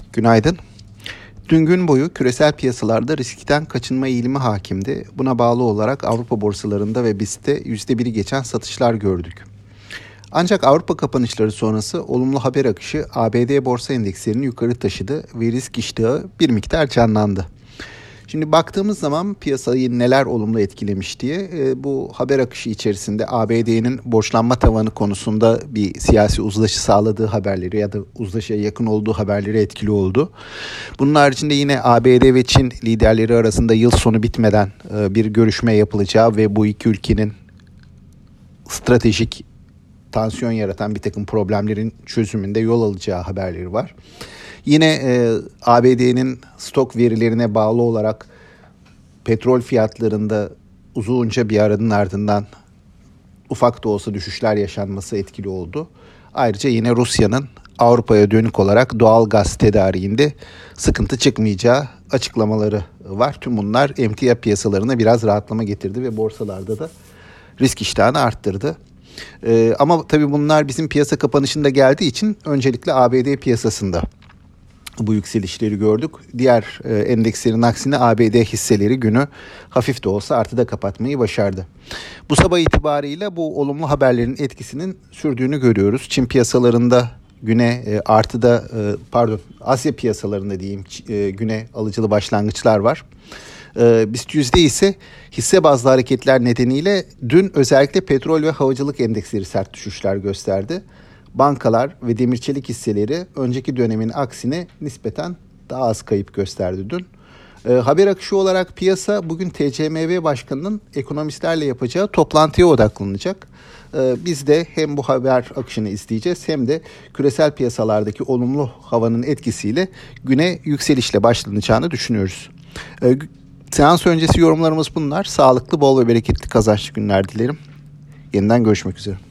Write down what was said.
Günaydın. Dün gün boyu küresel piyasalarda riskten kaçınma eğilimi hakimdi. Buna bağlı olarak Avrupa borsalarında ve BIST'te %1'i geçen satışlar gördük. Ancak Avrupa kapanışları sonrası olumlu haber akışı ABD borsa endekslerini yukarı taşıdı ve risk iştahı bir miktar canlandı. Şimdi baktığımız zaman piyasayı neler olumlu etkilemiş diye bu haber akışı içerisinde ABD'nin borçlanma tavanı konusunda bir siyasi uzlaşı sağladığı haberleri ya da uzlaşıya yakın olduğu haberleri etkili oldu. Bunun haricinde yine ABD ve Çin liderleri arasında yıl sonu bitmeden bir görüşme yapılacağı ve bu iki ülkenin stratejik tansiyon yaratan bir takım problemlerin çözümünde yol alacağı haberleri var. Yine ABD'nin stok verilerine bağlı olarak petrol fiyatlarında uzunca bir aranın ardından ufak da olsa düşüşler yaşanması etkili oldu. Ayrıca yine Rusya'nın Avrupa'ya dönük olarak doğal gaz tedariğinde sıkıntı çıkmayacağı açıklamaları var. Tüm bunlar emtia piyasalarına biraz rahatlama getirdi ve borsalarda da risk iştahını arttırdı. Ama tabii bunlar bizim piyasa kapanışında geldiği için öncelikle ABD piyasasında bu yükselişleri gördük. Diğer endekslerin aksine ABD hisseleri günü hafif de olsa artıda kapatmayı başardı. Bu sabah itibarıyla bu olumlu haberlerin etkisinin sürdüğünü görüyoruz. Çin piyasalarında güne Asya piyasalarında diyeyim güne alıcılı başlangıçlar var. BIST yüzde ise hisse bazlı hareketler nedeniyle dün özellikle petrol ve havacılık endeksleri sert düşüşler gösterdi. Bankalar ve demir çelik hisseleri önceki dönemin aksine nispeten daha az kayıp gösterdi dün. Haber akışı olarak piyasa bugün TCMB Başkanı'nın ekonomistlerle yapacağı toplantıya odaklanacak. Biz de hem bu haber akışını izleyeceğiz hem de küresel piyasalardaki olumlu havanın etkisiyle güne yükselişle başlanacağını düşünüyoruz. Seans öncesi yorumlarımız bunlar. Sağlıklı, bol ve bereketli kazançlı günler dilerim. Yeniden görüşmek üzere.